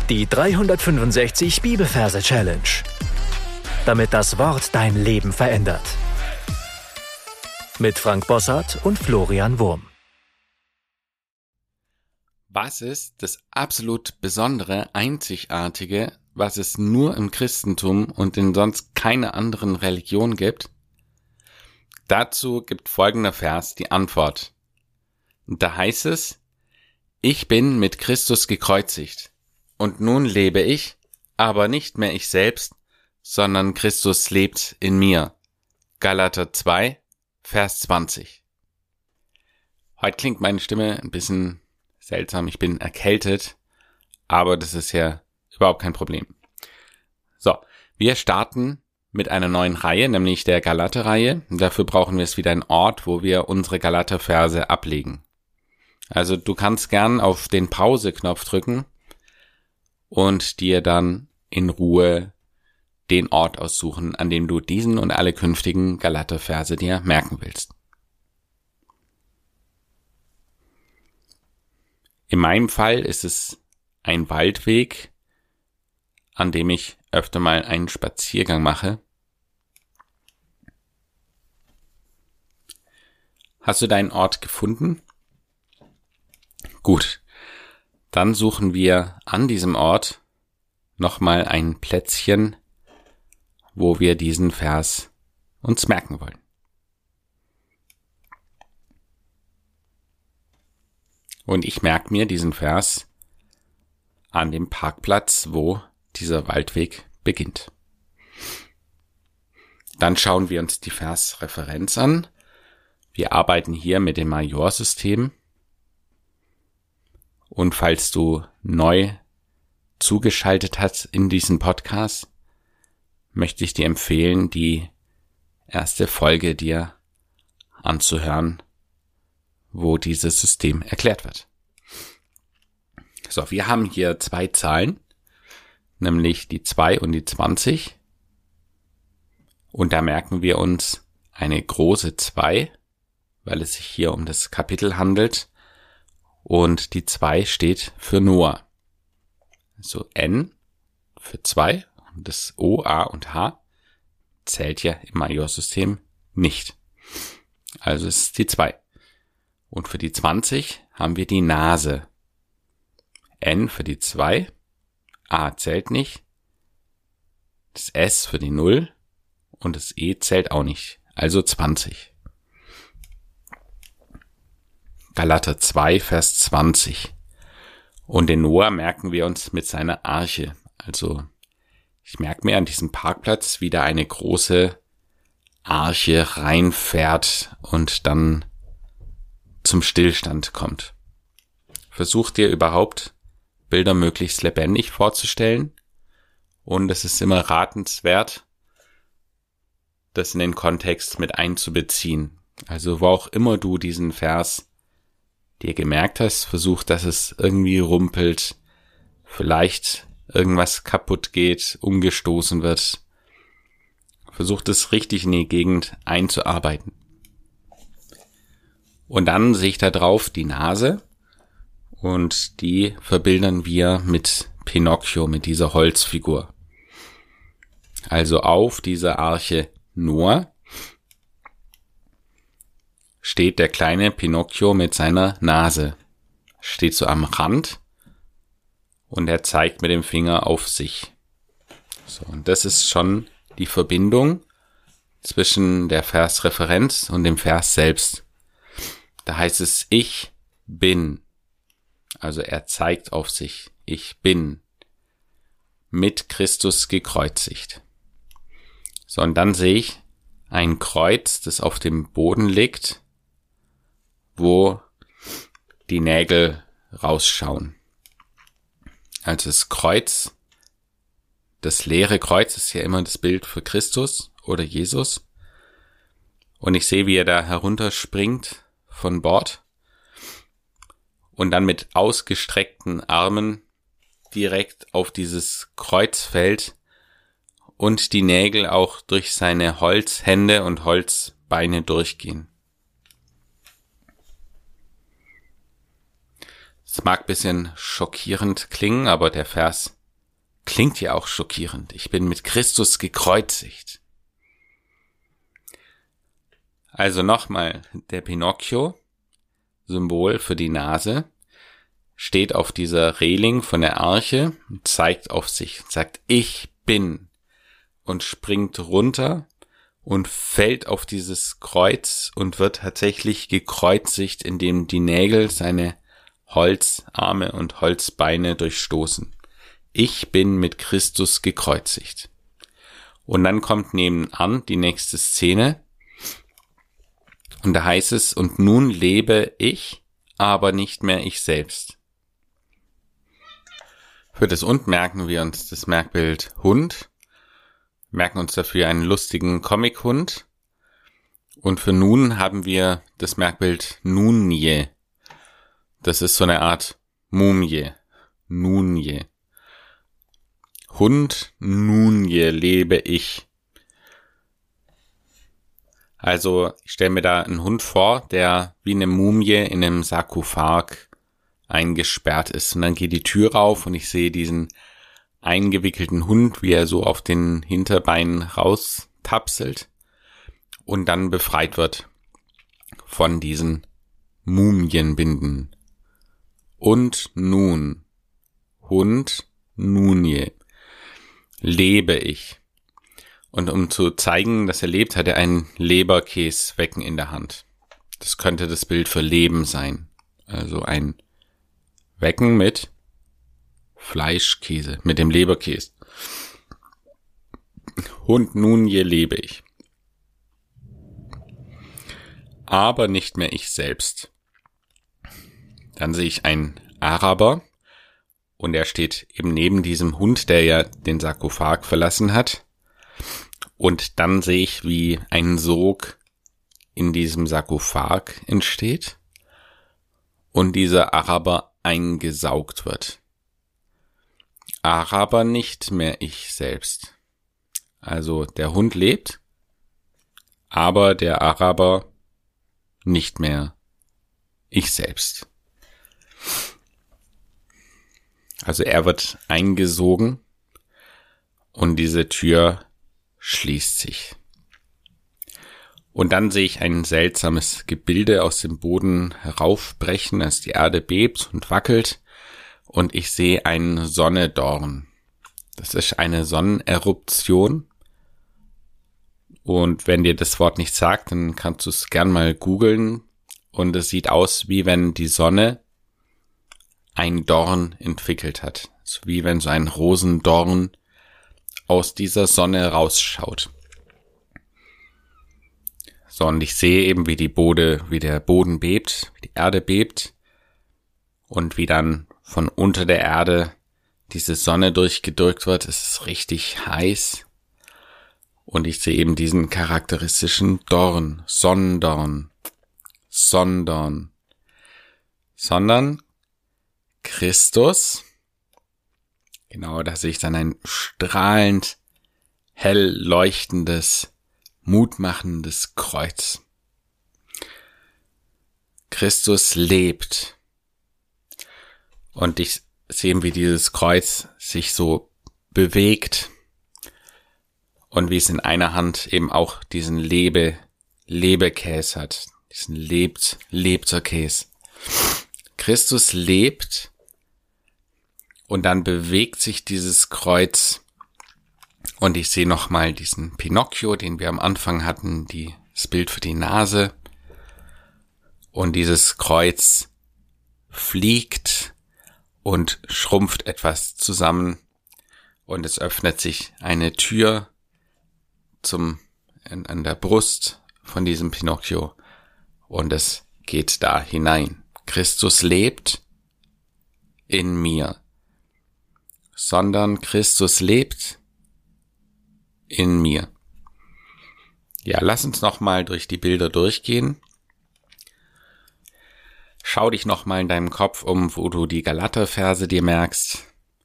Die 365 Bibelverse Challenge. Damit das Wort dein Leben verändert. Mit Frank Bossart und Florian Wurm. Was ist das absolut Besondere, Einzigartige, was es nur im Christentum und in sonst keiner anderen Religion gibt? Dazu gibt folgender Vers die Antwort. Und da heißt es: Ich bin mit Christus gekreuzigt, und nun lebe ich, aber nicht mehr ich selbst, sondern Christus lebt in mir. Galater 2, Vers 20. Heute klingt meine Stimme ein bisschen seltsam, ich bin erkältet, aber das ist ja überhaupt kein Problem. So, wir starten mit einer neuen Reihe, nämlich der Galater-Reihe. Dafür brauchen wir jetzt wieder einen Ort, wo wir unsere Galater-Verse ablegen. Also du kannst gern auf den Pause-Knopf drücken und dir dann in Ruhe den Ort aussuchen, an dem du diesen und alle künftigen Galater-Verse dir merken willst. In meinem Fall ist es ein Waldweg, an dem ich öfter mal einen Spaziergang mache. Hast du deinen Ort gefunden? Gut, dann suchen wir an diesem Ort nochmal ein Plätzchen, wo wir diesen Vers uns merken wollen. Und ich merke mir diesen Vers an dem Parkplatz, wo dieser Waldweg beginnt. Dann schauen wir uns die Versreferenz an. Wir arbeiten hier mit dem Majorsystem. Und falls du neu zugeschaltet hast in diesen Podcast, möchte ich dir empfehlen, die erste Folge dir anzuhören, wo dieses System erklärt wird. So, wir haben hier zwei Zahlen, nämlich die 2 und die 20. Und da merken wir uns eine große 2, weil es sich hier um das Kapitel handelt. Und die 2 steht für Noah. Also N für 2 und das O, A und H zählt ja im Majorsystem nicht. Also es ist die 2. Und für die 20 haben wir die Nase. N für die 2, A zählt nicht, das S für die 0 und das E zählt auch nicht, also 20. Galater 2, Vers 20. Und den Noah merken wir uns mit seiner Arche. Also ich merke mir an diesem Parkplatz, wie da eine große Arche reinfährt und dann zum Stillstand kommt. Versuch dir überhaupt Bilder möglichst lebendig vorzustellen. Und es ist immer ratenswert, das in den Kontext mit einzubeziehen. Also wo auch immer du diesen Vers dir gemerkt hast, versuch, dass es irgendwie rumpelt, vielleicht irgendwas kaputt geht, umgestoßen wird. Versuch das richtig in die Gegend einzuarbeiten. Und dann sehe ich da drauf die Nase und die verbildern wir mit Pinocchio, mit dieser Holzfigur. Also auf dieser Arche Noah steht der kleine Pinocchio mit seiner Nase, steht so am Rand und er zeigt mit dem Finger auf sich. So, und das ist schon die Verbindung zwischen der Versreferenz und dem Vers selbst. Da heißt es, ich bin. Also er zeigt auf sich, ich bin mit Christus gekreuzigt. So, und dann sehe ich ein Kreuz, das auf dem Boden liegt, wo die Nägel rausschauen. Also das Kreuz, das leere Kreuz ist ja immer das Bild für Christus oder Jesus. Und ich sehe, wie er da herunterspringt von Bord und dann mit ausgestreckten Armen direkt auf dieses Kreuz fällt und die Nägel auch durch seine Holzhände und Holzbeine durchgehen. Es mag ein bisschen schockierend klingen, aber der Vers klingt ja auch schockierend. Ich bin mit Christus gekreuzigt. Also nochmal, der Pinocchio, Symbol für die Nase, steht auf dieser Reling von der Arche und zeigt auf sich, sagt, ich bin, und springt runter und fällt auf dieses Kreuz und wird tatsächlich gekreuzigt, indem die Nägel seine Holzarme und Holzbeine durchstoßen. Ich bin mit Christus gekreuzigt. Und dann kommt nebenan die nächste Szene. Und da heißt es, und nun lebe ich, aber nicht mehr ich selbst. Für das Und merken wir uns das Merkbild Hund, merken uns dafür einen lustigen Comic-Hund. Und für nun haben wir das Merkbild Nunje. Das ist so eine Art Mumie. Nunje. Hund, Nunje, lebe ich. Also ich stelle mir da einen Hund vor, der wie eine Mumie in einem Sarkophag eingesperrt ist. Und dann geht die Tür auf und ich sehe diesen eingewickelten Hund, wie er so auf den Hinterbeinen raustapselt und dann befreit wird von diesen Mumienbinden. Und nun, Hund, Nunje, lebe ich. Und um zu zeigen, dass er lebt, hat er ein Leberkäswecken in der Hand. Das könnte das Bild für Leben sein. Also ein Wecken mit Fleischkäse, mit dem Leberkäse. Und nun je lebe ich. Aber nicht mehr ich selbst. Dann sehe ich einen Araber und er steht eben neben diesem Hund, der ja den Sarkophag verlassen hat. Und dann sehe ich, wie ein Sog in diesem Sarkophag entsteht und dieser Araber eingesaugt wird. Araber nicht mehr ich selbst. Also der Hund lebt, aber der Araber nicht mehr ich selbst. Also er wird eingesogen und diese Tür schließt sich. Und dann sehe ich ein seltsames Gebilde aus dem Boden heraufbrechen, als die Erde bebt und wackelt. Und ich sehe einen Sonnendorn. Das ist eine Sonneneruption. Und wenn dir das Wort nicht sagt, dann kannst du es gern mal googeln. Und es sieht aus, wie wenn die Sonne einen Dorn entwickelt hat. So wie wenn so ein Rosendorn aus dieser Sonne rausschaut. So, und ich sehe eben, wie der Boden bebt, wie die Erde bebt und wie dann von unter der Erde diese Sonne durchgedrückt wird. Es ist richtig heiß. Und ich sehe eben diesen charakteristischen Dorn, Sonnendorn, sondern Christus. Genau, da sehe ich dann ein strahlend, hell leuchtendes, mutmachendes Kreuz. Christus lebt. Und ich sehe, wie dieses Kreuz sich so bewegt und wie es in einer Hand eben auch diesen Lebekäse hat, diesen Lebterkäse. Christus lebt und dann bewegt sich dieses Kreuz und ich sehe nochmal diesen Pinocchio, den wir am Anfang hatten, das Bild für die Nase, und dieses Kreuz fliegt und schrumpft etwas zusammen und es öffnet sich eine Tür an der Brust von diesem Pinocchio und es geht da hinein. Christus lebt in mir, sondern Christus lebt in mir. Ja, lass uns nochmal durch die Bilder durchgehen. Schau dich nochmal in deinem Kopf um, wo du die Galater-Verse dir merkst.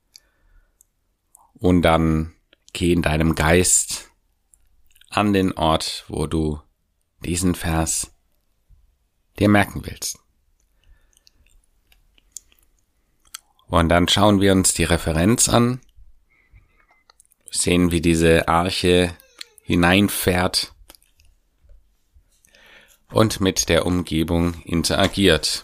Und dann geh in deinem Geist an den Ort, wo du diesen Vers dir merken willst. Und dann schauen wir uns die Referenz an. sehen, wie diese Arche hineinfährt und mit der Umgebung interagiert.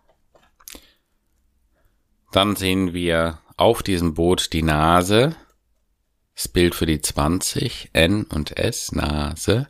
Dann sehen wir auf diesem Boot die Nase, das Bild für die 20, N und S, Nase.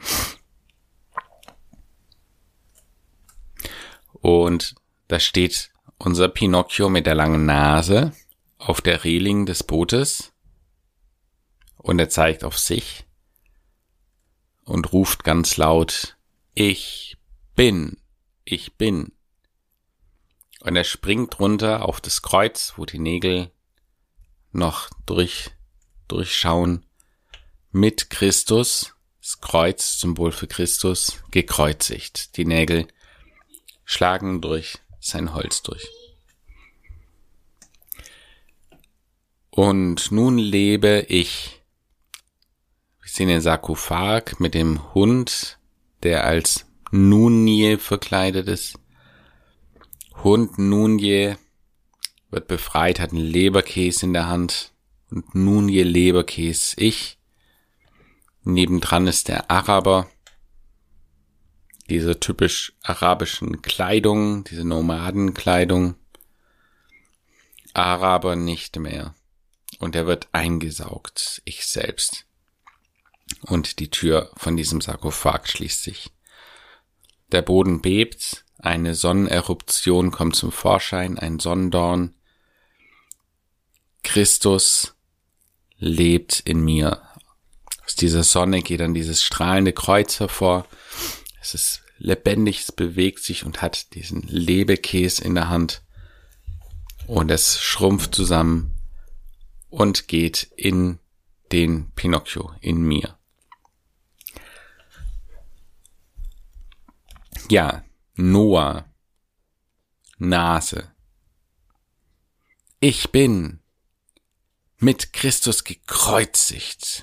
Und da steht unser Pinocchio mit der langen Nase auf der Reling des Bootes und er zeigt auf sich und ruft ganz laut: Ich bin, ich bin. Und er springt runter auf das Kreuz, wo die Nägel noch durchschauen, mit Christus, das Kreuz, Symbol für Christus, gekreuzigt. Die Nägel schlagen durch sein Holz durch. Und nun lebe ich. Wir sehen den Sarkophag mit dem Hund, der als Nunje verkleidet ist. Hund Nunje wird befreit, hat einen Leberkäse in der Hand. Und Nunje Leberkäse, ich. Nebendran ist der Araber. Diese typisch arabischen Kleidung, diese Nomadenkleidung. Araber nicht mehr. Und er wird eingesaugt, ich selbst. Und die Tür von diesem Sarkophag schließt sich. Der Boden bebt, eine Sonneneruption kommt zum Vorschein, ein Sonnendorn. Christus lebt in mir. Aus dieser Sonne geht dann dieses strahlende Kreuz hervor. Es ist lebendig, es bewegt sich und hat diesen Leberkäse in der Hand. Und es schrumpft zusammen und geht in den Pinocchio, in mir. Ja, Noah, Nase. Ich bin mit Christus gekreuzigt.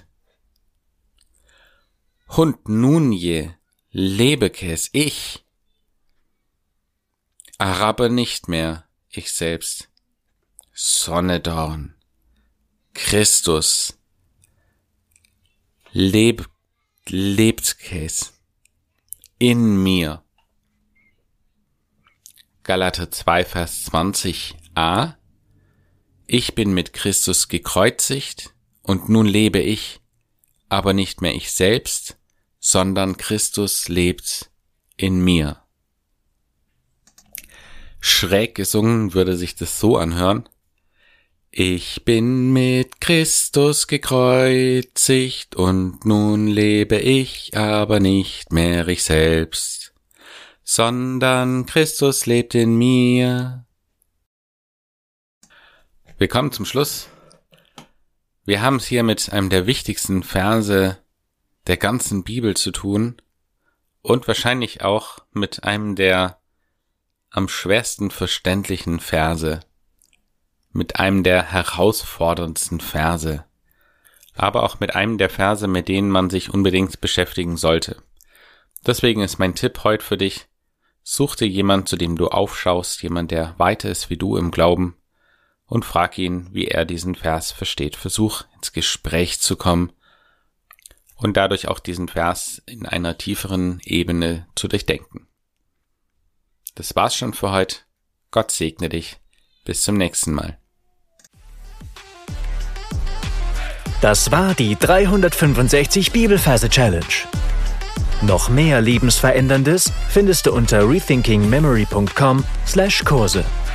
Hund Nunje, Leberkäse, ich. Araber nicht mehr, ich selbst. Sonnedorn, Christus, Lebtkäse, in mir. Galater 2, Vers 20a. Ich bin mit Christus gekreuzigt und nun lebe ich, aber nicht mehr ich selbst, sondern Christus lebt in mir. Schräg gesungen würde sich das so anhören. Ich bin mit Christus gekreuzigt und nun lebe ich, aber nicht mehr ich selbst, sondern Christus lebt in mir. Wir kommen zum Schluss. Wir haben es hier mit einem der wichtigsten Verse der ganzen Bibel zu tun und wahrscheinlich auch mit einem der am schwersten verständlichen Verse, mit einem der herausforderndsten Verse, aber auch mit einem der Verse, mit denen man sich unbedingt beschäftigen sollte. Deswegen ist mein Tipp heute für dich: Such dir jemand, zu dem du aufschaust, jemand, der weiter ist wie du im Glauben, und frag ihn, wie er diesen Vers versteht. Versuch, ins Gespräch zu kommen und dadurch auch diesen Vers in einer tieferen Ebene zu durchdenken. Das war's schon für heute. Gott segne dich. Bis zum nächsten Mal. Das war die 365 Bibelverse Challenge. Noch mehr Lebensveränderndes findest du unter rethinkingmemory.com/Kurse.